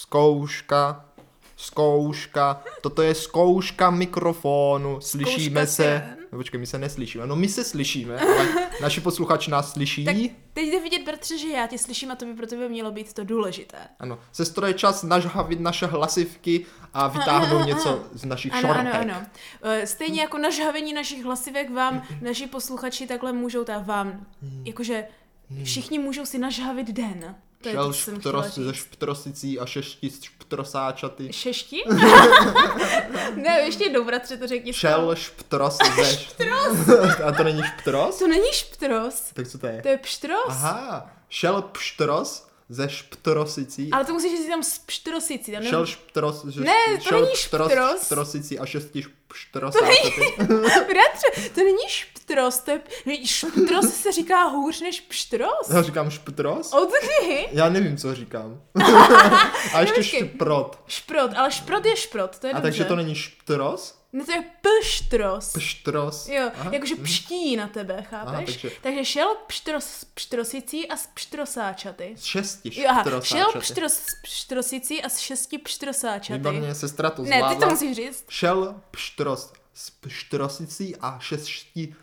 Zkouška. Toto je zkouška mikrofonu. Slyšíme se. No, počkej, my se neslyšíme. No my se slyšíme, ale naši posluchači nás slyší. Tak teď jde vidět, bratře, že já tě slyším a to by pro tebe mělo být to důležité. Ano, sestro, je čas nažhavit naše hlasivky a vytáhnout něco z našich šortek. Ano. Stejně jako nažhavení našich hlasivek vám, naši posluchači takhle můžou jakože všichni můžou si nažhavit den. Šel ze šptrosicí a šešti šptrosáčaty. Šešti? Ne, ještě jednou, bratře, to řekni. Šel šptros ze Šptros! A to není šptros? To není šptros. Tak co to je? To je pštros. Aha, šel pštros ze šptrosicí. Ale to musíš říct tam z pštrosicí. Tam šel šptros, ne, to není šptros. Šptrosicí a šesti šptrosáčaty. Bratře, to není šptros, to je... Šptros se říká hůř než pštros. Já říkám šptros? Od kdy? Já nevím, co říkám. A ještě šprot. Šprot, ale šprot je šprot, to je dobře. Takže to není šptros? No to je pštros. Pštros. Jo, jakože pští na tebe, chápeš? Takže šel pštros s pštrosicí a s pštrosáčaty. Z šesti pštrosáčaty. Šel pštros s pštrosicí a s šesti pštrosáčaty. Výborně, sestra to zvládla. Ne, ty to musíš říct. Šel pštros s pštrosicí a šesti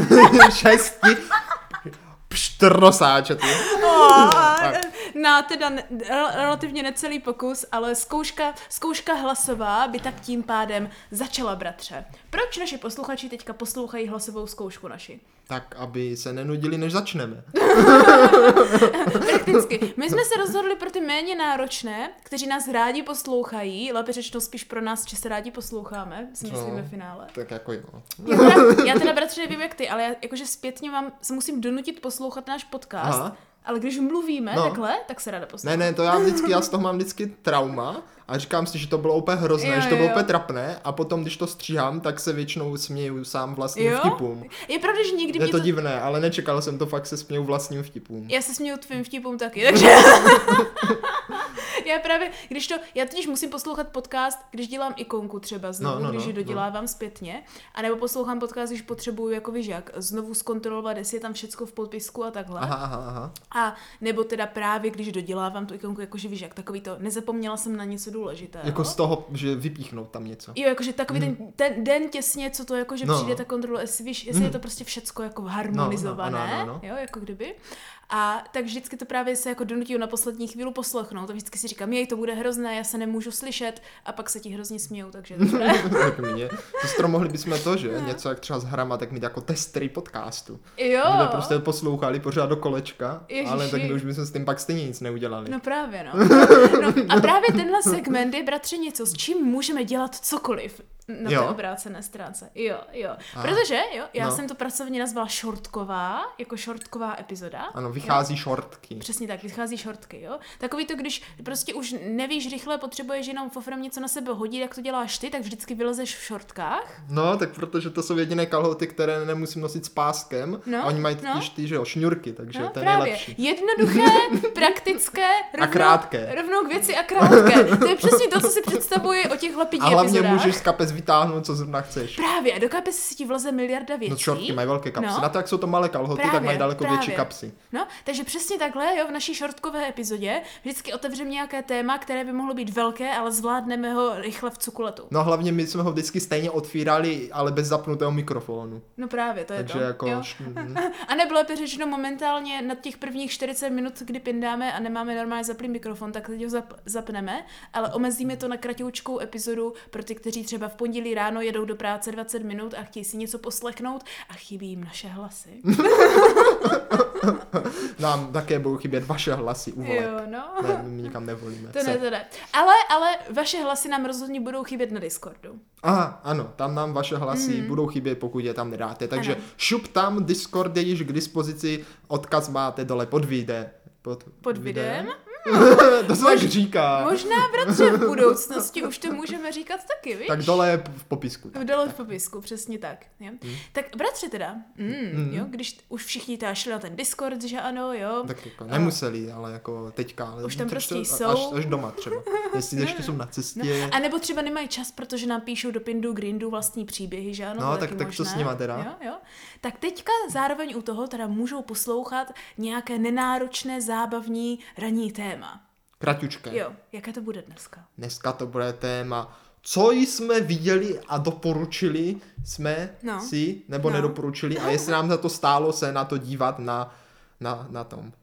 pštrosáčaty. Na teda relativně necelý pokus, ale zkouška hlasová by tak tím pádem začala, bratře. Proč naši posluchači teďka poslouchají hlasovou zkoušku naši? Tak, aby se nenudili, než začneme. Prakticky. My jsme se rozhodli pro ty méně náročné, kteří nás rádi poslouchají, lépe řečeno spíš pro nás, že se rádi posloucháme, si myslíme v finále. Tak jako jo. Já teda, bratře, nevím jak ty, ale já jakože zpětně se musím donutit poslouchat náš podcast. Aha. Ale když mluvíme takhle, tak se ráda poslouchám. Ne, to já z toho mám vždycky trauma a říkám si, že to bylo úplně hrozné, že to bylo úplně trapné a potom, když to stříhám, tak se většinou směju sám vlastním vtipům. Je pravda, že někdy je to divné, ale nečekal jsem to, fakt se směju vlastním vtipům. Já se směju tvým vtipům taky, takže... Já totiž musím poslouchat podcast, když dělám ikonku třeba znovu, když ji dodělávám zpětně, anebo poslouchám podcast, když potřebuju jako vyžák znovu zkontrolovat, jestli je tam všecko v podpisku a takhle. Aha. A nebo teda právě, když dodělávám tu ikonku jakože víš, takový to, nezapomněla jsem na něco důležitého. Jako z toho, že vypíchnout tam něco. Jo, jakože takový ten den těsně, co to jakože přijde ta kontrola, jestli je to prostě všecko jako harmonizované, jo, jako kdyby. A tak vždycky to právě se jako donutí na poslední chvíli poslechnout a vždycky si říkám, to bude hrozné, já se nemůžu slyšet a pak se ti hrozně smějou, takže dobré. Tak mě. Sestro, mohli bychom to, že? Něco jak třeba s hrama, tak mít jako testery podcastu. Jo. Kde prostě poslouchali pořád do kolečka, ale tak už bychom s tím pak stejně nic neudělali. No právě, no. A právě tenhle segment je, bratře, něco, s čím můžeme dělat cokoliv na té obrácené stránce. Jo. Protože, já jsem to pracovně nazvala šortková epizoda. Ano, vychází šortky. Přesně tak, vychází šortky, jo. Takový to, když prostě už nevíš rychle, potřebuješ jenom fofrem něco na sebe hodit, jak to děláš ty, tak vždycky vylezeš v šortkách. No, tak protože to jsou jediné kalhoty, které nemusím nosit s páskem. A oni mají totiž ty, že jo, šňůrky, takže to je nejlepší. Jednoduché, praktické, a krátké. Rovnou k věci a krátké. To je přesně to, co si představuji o těch lepidí epizodách. A hlavně můžeš z kapes vytáhnout, co zrovna chceš. Právě, a do kapes si ti vleze miliarda věcí. No, šortky mají velké kapsy. Na to, jak jsou to malé kalhoty, tak mají daleko větší kapsy. No, takže přesně takhle, v naší šortkové epizodě vždycky otevřeme nějaké téma, které by mohlo být velké, ale zvládneme ho rychle v cukuletu. No, hlavně my jsme ho vždycky stejně otvírali, ale bez zapnutého mikrofonu. No právě, to je takže to. Jako a nebylo lépe řečeno momentálně na těch prvních 40 minut, kdy pindáme a nemáme normálně zaplý mikrofon, tak teď ho zapneme, ale omezíme to na kratoučkou epizodu pro ty, kteří třeba v pondělí ráno jedou do práce 20 minut a chtějí si něco poslechnout a chybí jim naše hlasy. Nám také budou chybět vaše hlasy u voleb. Jo, no. Ne, my nikam nevolíme. To ne. Ale vaše hlasy nám rozhodně budou chybět na Discordu. Aha, ano, tam nám vaše hlasy budou chybět, pokud je tam nedáte. Takže šup tam, Discord je již k dispozici, odkaz máte dole pod videem. Pod videem? To se tak říká. Možná, bratře, v budoucnosti už to můžeme říkat taky, víš? Tak dole v popisku. Dole v popisku, přesně tak. Jo? Tak bratře teda, jo, když už všichni teda šli na ten Discord, že ano, jo. Tak jako nemuseli, ale jako teďka. Ale už tam prostě jsou. Až doma třeba. Jestli ještě jsou na cestě. A nebo třeba nemají čas, protože nám píšou do Pindu, Grindu vlastní příběhy, že ano. No, tak to s nima teda. Jo. Tak teďka zároveň u toho teda můžou poslouchat nějaké nenáročné, zábavní ranní téma. Kratučké. Jo, jaké to bude dneska? Dneska to bude téma, co jsme viděli a doporučili jsme si, nebo nedoporučili, a jestli nám za to stálo se na to dívat na tom.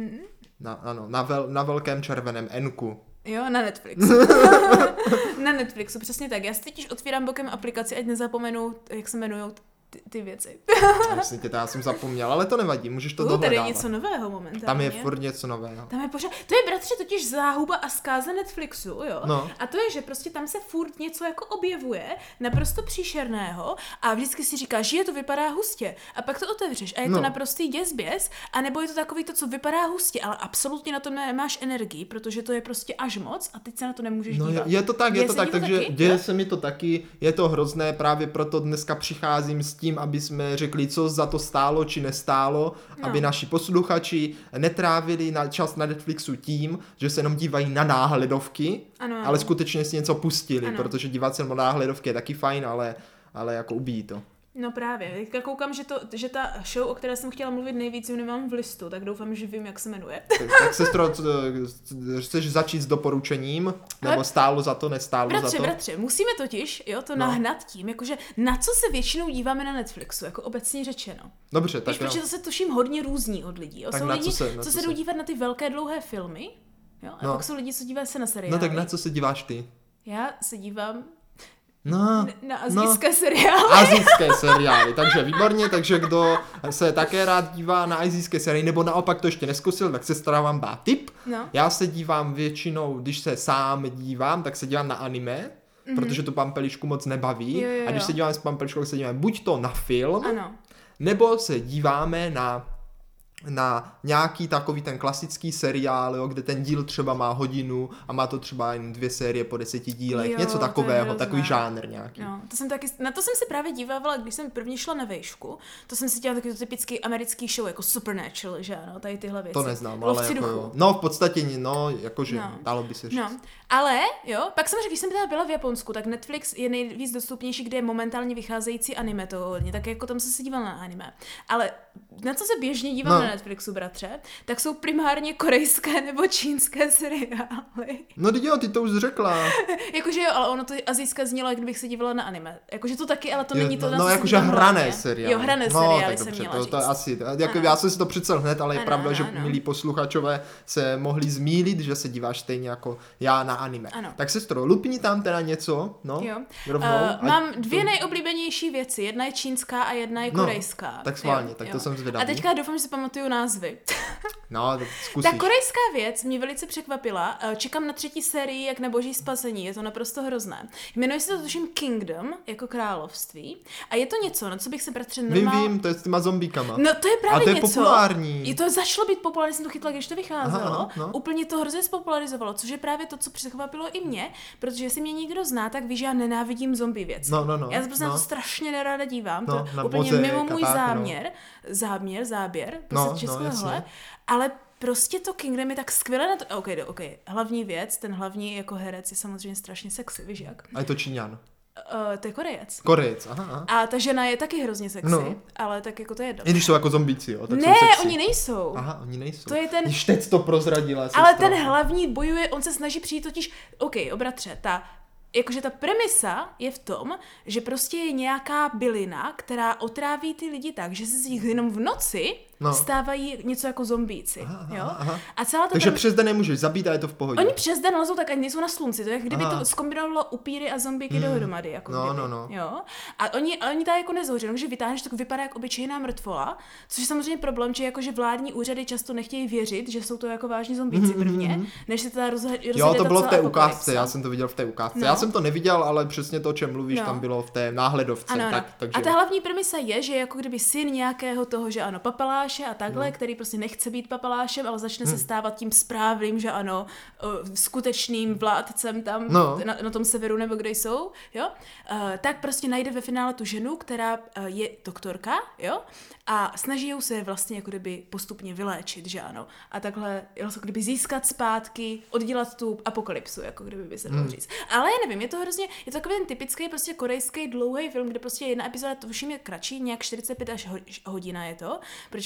Na velkém červeném N-ku. Jo, na Netflixu. Na Netflixu, přesně tak. Já si teď otvírám bokem aplikaci, ať nezapomenu, jak se jmenujou ty věci. Vlastně to já jsem zapomněl, ale to nevadí, můžeš to dohledávat. Tady je něco nového momentálně. Tam je furt něco nového. Tam je pořád, to je bratře totiž záhuba a zkáza Netflixu, jo. No. A to je, že prostě tam se furt něco jako objevuje, naprosto příšerného a vždycky si říkáš, že to vypadá hustě. A pak to otevřeš a je to naprostý děsběs, anebo je to takový to, co vypadá hustě, ale absolutně na to nemáš energii, protože to je prostě až moc a teď se na to nemůžeš dívat. Je to tak, takže děje se mi to taky, je to hrozné, právě proto dneska přicházím s tím, aby jsme řekli, co za to stálo či nestálo, aby naši posluchači netrávili čas na Netflixu tím, že se jenom dívají na náhledovky, ale skutečně si něco pustili, protože dívat se na náhledovky je taky fajn, ale jako ubíjí to. No právě, já koukám, že ta show, o které jsem chtěla mluvit nejvíc, ji nemám v listu, tak doufám, že vím, jak se jmenuje. Tak sestro, chceš začít s doporučením? Nebo stálo za to, nestálo za to? Bratře, musíme totiž nahnat tím, jakože na co se většinou díváme na Netflixu, jako obecně řečeno. Dobře, tak protože to se tuším hodně různí od lidí. Jsou lidi, co se jdou dívat na ty velké dlouhé filmy, jo? A pak jsou lidi, co dívají se na seriály. No tak na co se díváš ty? Já se dívám na asijské seriály. Asijské seriály, takže výborně, takže kdo se také rád dívá na asijské seriály, nebo naopak to ještě neskusil, tak se vám dá tip. No. Já se dívám většinou, když se sám dívám, tak se dívám na anime, protože tu Pampelišku moc nebaví. Jo. A když se dívám s Pampeliškou, tak se díváme buď to na film, ano. nebo se díváme na nějaký takový ten klasický seriál, jo, kde ten díl třeba má hodinu a má to třeba jen 2 série po 10 dílech, něco takového, takový žánr nějaký. No, na to jsem se právě dívávala, když jsem prvně šla na vejšku, to jsem si dělala takový typický americký show, jako Supernatural, že ano, tady tyhle věci. To neznám, ale jako jo. No v podstatě, jakože dalo by se říct. No, ale jo, pak jsem řekl, když jsem byla v Japonsku, tak Netflix je nejvíc dostupnější, kde je momentálně vycházející anime, to hodně, tak jako tam jsem se dívala na anime. Ale na co se běžně dívám na Netflixu, bratře, tak jsou primárně korejské nebo čínské seriály. No teď jo, ty to už řekla. Jakože jo, ale ono to asijské znělo, jak kdybych se dívala na anime. Jakože to taky, ale to není to. No jakože hrané seriály. Jo, hrané seriály jsem měla říct. To je asi, jako já jsem si to přicel hned, ale je pravda, že milí posluchačové se mohli zmýlit, že se díváš stejně jako já na anime. Ano. Tak sestro, lupni tam teda něco, Jo. Rovnou. Mám 2 nejoblíbenější věci, jedna je čínská a jedna je korejská. Tak schválně, tak to jsem zvědavý. A teďka doufám, že si pamatuju názvy. No, tak zkusíš. Ta korejská věc mě velice překvapila. Čekám na 3. sérii jak na Boží spasení, je to naprosto hrozné. Jmenuje se to tuším Kingdom, jako království. A je to něco, na co bych se bratře normálně... Vím, to je s těma zombíkama. No to je právě a to je něco. populární. Je to začalo být populární, jsem to chytla, když to vycházelo. Aha, no. Úplně to hrozně spopularizovalo, což je právě to, co překvapilo i mě, protože jestli mě někdo zná, tak ví, že já nenávidím zombie věci. No. Já se prostě na to strašně nerada dívám, No, to úplně mimo můj záběr, prostě českohle, ale prostě to Kingdom je tak skvěle na to. OK. Hlavní věc, ten hlavní jako herec je samozřejmě strašně sexy, víš jak? A je to Číňan. To je Korejec. Aha. A ta žena je taky hrozně sexy, ale tak jako to je jedno. I když jsou jako zombíci, jo, tak ne, jsou sexy. oni nejsou. Aha, oni nejsou. To je ten... Když teď to prozradila. Ale ten hlavní bojuje, on se snaží přijít totiž... OK, bratře, jakože ta premisa je v tom, že prostě je nějaká bylina, která otráví ty lidi tak, že se z nich jenom v noci stávají něco jako zombíci. Aha. A celá takže přes den nemůžeš zabít a je to v pohodě. Oni přes den lezou, tak ani nejsou na slunci. To je, kdyby to zkombinovalo upíry a zombíky dohromady. Jako No. Jo? A oni tady jako nezouří, že vytáhneš, tak vypadá jako obyčejná mrtvola, což je samozřejmě problém, že jakože vládní úřady často nechtějí věřit, že jsou to jako vážní zombíci prvně, než se teda rozjede. Jo, to bylo v té ukázce, já jsem to viděl v té ukázce. Já jsem to neviděl, ale přesně to, o čem mluvíš, tam bylo v té náhledovce. Ano. Takže... A ta hlavní premisa je, že jako kdyby syn nějakého toho, že ano, papaláše a takhle, který prostě nechce být papalášem, ale začne se stávat tím správným, že ano, skutečným vládcem tam na tom severu nebo kde jsou, jo, tak prostě najde ve finále tu ženu, která je doktorka, jo, a snaží se vlastně jako kdyby postupně vyléčit, že ano, a takhle jako kdyby získat zpátky, oddělat tu apokalypsu, jako kdyby by se dalo říct. Ale já nevím, je to takový ten typický prostě korejský dlouhý film, kde prostě jedna epizoda, to vším je kratší, nějak 45 až hodina je to, protože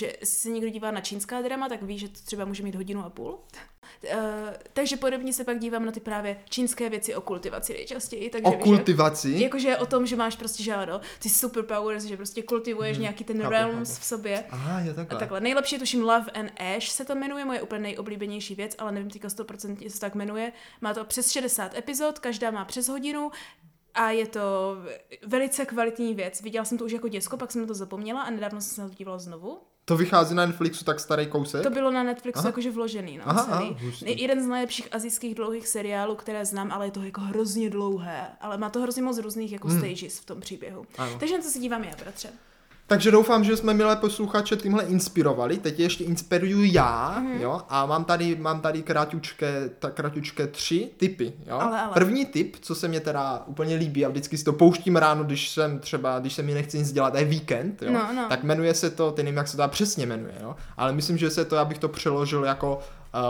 protože jestli se někdo dívá na čínská drama, tak ví, že to třeba může mít 1.5 hodiny. Takže podobně se pak dívám na ty právě čínské věci o kultivaci nejčastěji. Takže o kultivaci? Jakože o tom, že máš prostě žádo, ty superpowers, že prostě kultivuješ nějaký ten realms v sobě. Aha, je takhle. A takhle. Nejlepší je tuším Love and Ash se to jmenuje, moje úplně nejoblíbenější věc, ale nevím teďka 100% jestli se tak jmenuje. Má to přes 60 epizod, každá má přes 1 hodinu. A je to velice kvalitní věc. Viděla jsem to už jako děcko, pak jsem na to zapomněla a nedávno jsem se na to dívala znovu. To vychází na Netflixu tak starý kousek? To bylo na Netflixu jakože vložený, no, aha, jeden z nejlepších asijských dlouhých seriálů, které znám, ale je to jako hrozně dlouhé. Ale má to hrozně moc různých jako stages v tom příběhu. Ano. Takže na to se dívám já, bratře. Takže doufám, že jsme milé posluchače tímhle inspirovali. Teď ještě inspiruju já, jo, a mám tady kratučké 3 tipy, jo. Ale. První tip, co se mě teda úplně líbí a vždycky si to pouštím ráno, když se mi nechci nic dělat, je víkend, jo. No. Tak jmenuje se to, ty nevím, jak se to přesně jmenuje, jo, ale myslím, že se to, abych to přeložil jako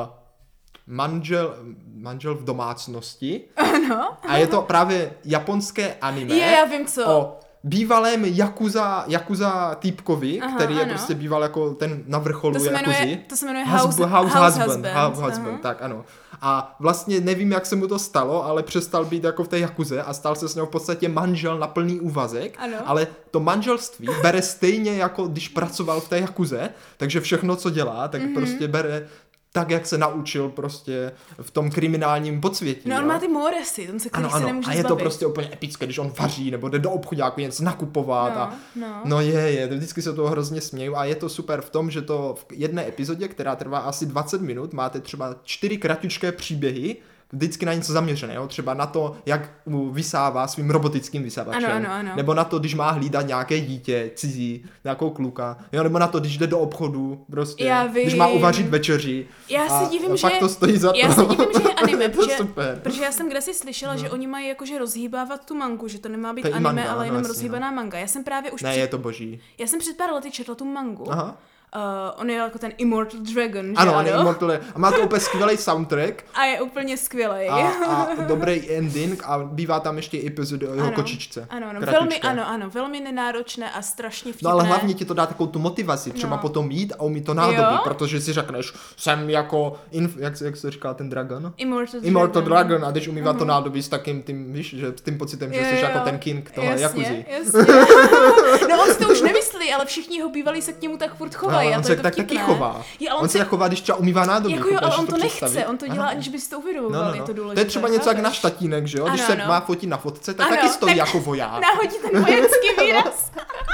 manžel v domácnosti. Ano. A je to právě japonské anime. Já vím co. O bývalém Yakuza týpkovi, který je prostě býval jako ten na vrcholu Yakuzy. To se jmenuje House Husband, tak ano. A vlastně nevím, jak se mu to stalo, ale přestal být jako v té Yakuze a stal se s něho v podstatě manžel na plný úvazek, ano. Ale to manželství bere stejně, jako když pracoval v té Yakuze, takže všechno, co dělá, tak prostě bere tak, jak se naučil prostě v tom kriminálním podsvětí. No, on má ty moresy, ten se který se nemůže zbavit. A je to prostě úplně epické, když on vaří, nebo jde do obchodáku něco nakupovat. No je, vždycky se toho hrozně směju a je to super v tom, že to v jedné epizodě, která trvá asi 20 minut, máte třeba 4 kratučké příběhy, vždycky na něco zaměřené, jo? Třeba na to, jak vysává svým robotickým vysavačem, ano. nebo na to, když má hlídat nějaké dítě, cizí, nějakou kluka, jo? Nebo na to, když jde do obchodu, prostě, když má uvařit večeři. Já se divím, že to stojí za to. Já se divím, že je anime, super. protože já jsem kdesi slyšela, že oni mají jakože rozhýbávat tu mangu, že to nemá být anime, manga, ale jenom rozhýbaná manga. Já jsem právě už je to boží. Já jsem před pár lety četla tu mangu. Aha. On je jako ten Immortal Dragon, že ano? Ano, Immortal a má to úplně skvělý soundtrack. A je úplně skvělý. A dobrý ending a bývá tam ještě epizody o jeho kočičce. Ano, velmi nenáročné a strašně vtipné. No ale hlavně ti to dá takovou tu motivaci, třeba potom jít a umí to nádobí, protože si řekneš, jsem jako, jak se říká ten dragon? Immortal Dragon a když umývat to nádobí s takým tím, víš, že s tím pocitem, že jsi jako ten king toho Yakuzy. No on si to už nemyslí, ale všichni ho bývalí se k němu tak furt chovají. On se tak taky chová. On se tak chová, když třeba umývá nádobí. Jako ale on to nechce, on to dělá, aniž by si to uvědomoval, je to důležité. To je třeba něco jak náš tatínek, že jo? Když se má fotit na fotce, tak taky stojí jako voják. Nahodí ten vojenský výraz.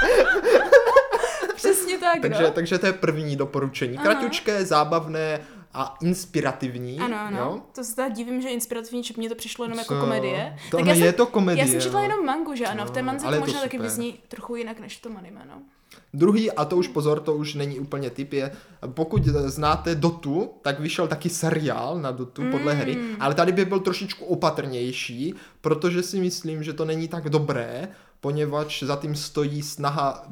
Přesně tak, Takže to je první doporučení. Kratučké, zábavné a inspirativní. Ano. Jo? To se tak divím, že inspirativní, že mě to přišlo jenom jako komedie. Je to komedie. Já jsem četla jenom mangu, že ano? V té mance to možná taky vyzní trochu jinak než v tom anime, no. Druhý, a to už pozor, to už není úplně tip, je, pokud znáte Dotu, tak vyšel taky seriál na Dotu podle hry, ale tady by byl trošičku opatrnější, protože si myslím, že to není tak dobré, poněvadž za tím stojí snaha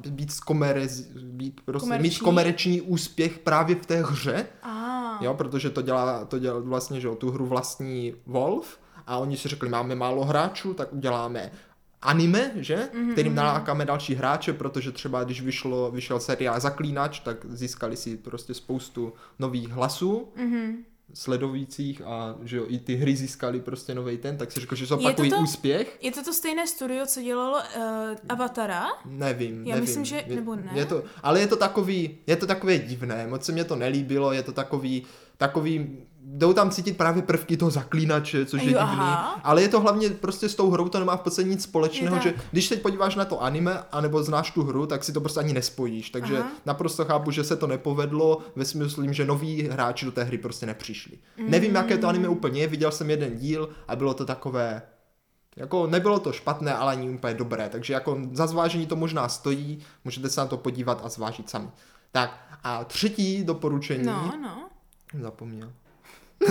mít komerční úspěch právě v té hře, jo, protože to dělá vlastně, že tu hru vlastní Valve a oni si řekli, máme málo hráčů, tak uděláme anime, že? Kterým nalákáme další hráče, protože třeba když vyšel seriál Zaklínač, tak získali si prostě spoustu nových hlasů sledujících a že jo, i ty hry získali prostě novej tak si řekl, že zopakují úspěch. Je to stejné studio, co dělalo Avatara? Nevím. Myslím, že, nebo ne. Ale je to takové divné, moc se mě to nelíbilo, je to takový jdou tam cítit právě prvky toho Zaklínače, což je divný, ale je to hlavně prostě s tou hrou, to nemá v podstatě nic společného, že když teď podíváš na to anime, anebo znáš tu hru, tak si to prostě ani nespojíš, takže naprosto chápu, že se to nepovedlo, ve smyslu, že noví hráči do té hry prostě nepřišli. Nevím, jaké to anime úplně je, viděl jsem jeden díl a bylo to takové, jako nebylo to špatné, ale ani úplně dobré, takže jako za zvážení to možná stojí, můžete se na to podívat a zvážit sami. Tak a třetí doporučení. Zapomněl.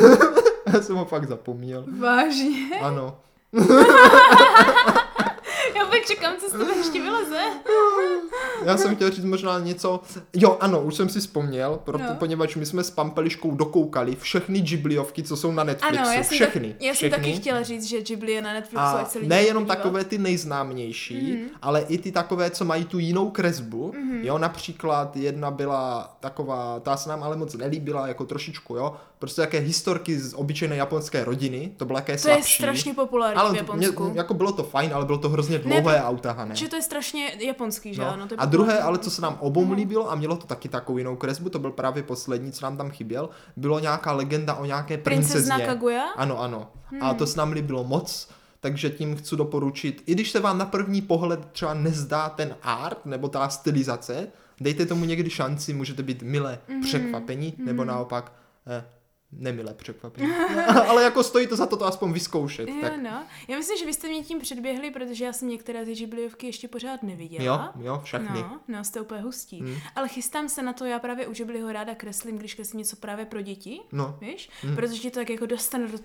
Já jsem ho fakt zapomněl. Vážně? Ano. Já pak čekám, co z toho ještě vyleze. Já jsem chtěl říct možná něco, jo ano, už jsem si vzpomněl, poněvadž my jsme s Pampeliškou dokoukali všechny Ghibliovky, co jsou na Netflixu, ano, všechny. Já jsem taky chtěla říct, že Ghibli je na Netflixu. A nejenom takové ty nejznámější, ale i ty takové, co mají tu jinou kresbu, jo, například jedna byla taková, ta se nám ale moc nelíbila, jako trošičku, jo, prostě jaké historky z obyčejné japonské rodiny, to bylo jaké slabší. To je strašně populární v Japonsku. Jako bylo to fajn, ale bylo to hrozně dlouhé a utahané. Že to je strašně japonský, že ano? A druhé, ale co se nám obou líbilo a mělo to taky takovou jinou kresbu, to byl právě poslední, co nám tam chyběl, bylo nějaká legenda o nějaké princezně. Princezna Kaguya? Ano. A to se nám líbilo moc, takže tím chci doporučit, i když se vám na první pohled třeba nezdá ten art nebo ta stylizace, dejte tomu někdy šanci, můžete být mile překvapení, nebo naopak nemilé překvapení. Ale jako stojí to za to aspoň vyzkoušet. Jo, tak. no. Já myslím, že vy jste mě tím předběhli, protože já jsem některé ty Ghibliovky ještě pořád neviděla. Jo, všechny. No, jste úplně hustí. Ale chystám se na to, já právě u Ghibliho ráda kreslím, když kreslím něco právě pro děti, víš? Protože tě to tak jako dostane do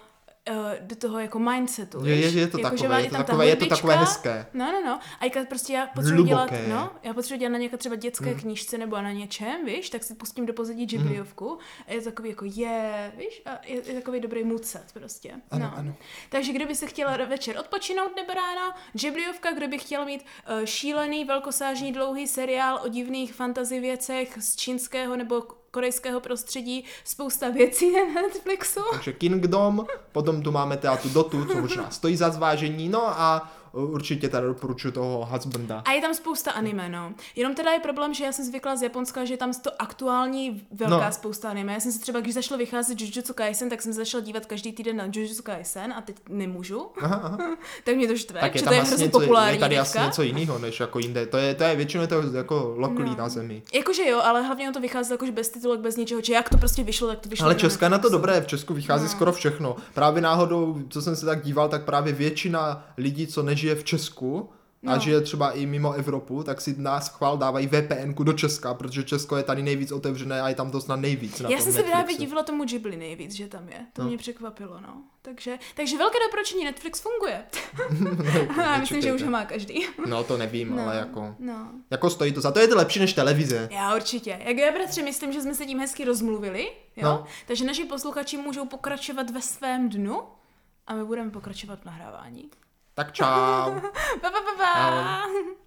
toho jako mindsetu, je to jako, takové, je to takové hezké. No. A jak prostě já potřebuji dělat, na nějaké třeba dětské knížce nebo na něčem, víš, tak si pustím do pozadí Ghibliovku a je takový jako víš, a je takový dobrý mood set prostě. Ano. Takže kdo by se chtěla večer odpočinout nebo ráno, Ghibliovka, kdo by chtěl mít šílený, velkosážný, dlouhý seriál o divných fantasy věcech z čínského nebo korejského prostředí, spousta věcí na Netflixu. Takže Kingdom, potom tu máme tu Dotu, co možná stojí za zvážení, no a určitě tady doporučuji toho Husbanda. A je tam spousta anime, no. Jenom teda je problém, že já jsem zvykla z Japonska, že je tam to aktuální velká spousta anime. Já jsem se třeba, když začalo vycházet Jujutsu Kaisen, tak jsem se začala dívat každý týden na Jujutsu Kaisen a teď nemůžu. Aha. Tak mě to štve, tak že to je hrozně populární. Je tady asi něco jiného, než jako jinde. To je většinou to jako loklí na zemi. Jakože jo, ale hlavně to vychází jakože bez titulek, bez ničeho, či jak to prostě vyšlo, tak to vyšlo. Ale Česká na to dobré, v Česku vychází skoro všechno. Právě náhodou, co jsem se tak díval, tak právě většina lidí, co nežije v Česku, a žije třeba i mimo Evropu, tak si nás chvál dávají VPN-ku do Česka, protože Česko je tady nejvíc otevřené a je tam to snad nejvíc na tom Já jsem se Netflixu. právě divila tomu Ghibli nejvíc, že tam je. To mě překvapilo, no. Takže velké doporučení, Netflix funguje. Já myslím, že už ho má každý. No to nevím, ale jako stojí to za to, je to lepší než televize. Já určitě. Já bratře myslím, že jsme se tím hezky rozmluvili, jo? No. Takže naši posluchači můžou pokračovat ve svém dnu a my budeme pokračovat v nahrávání. Tak čau. Pa.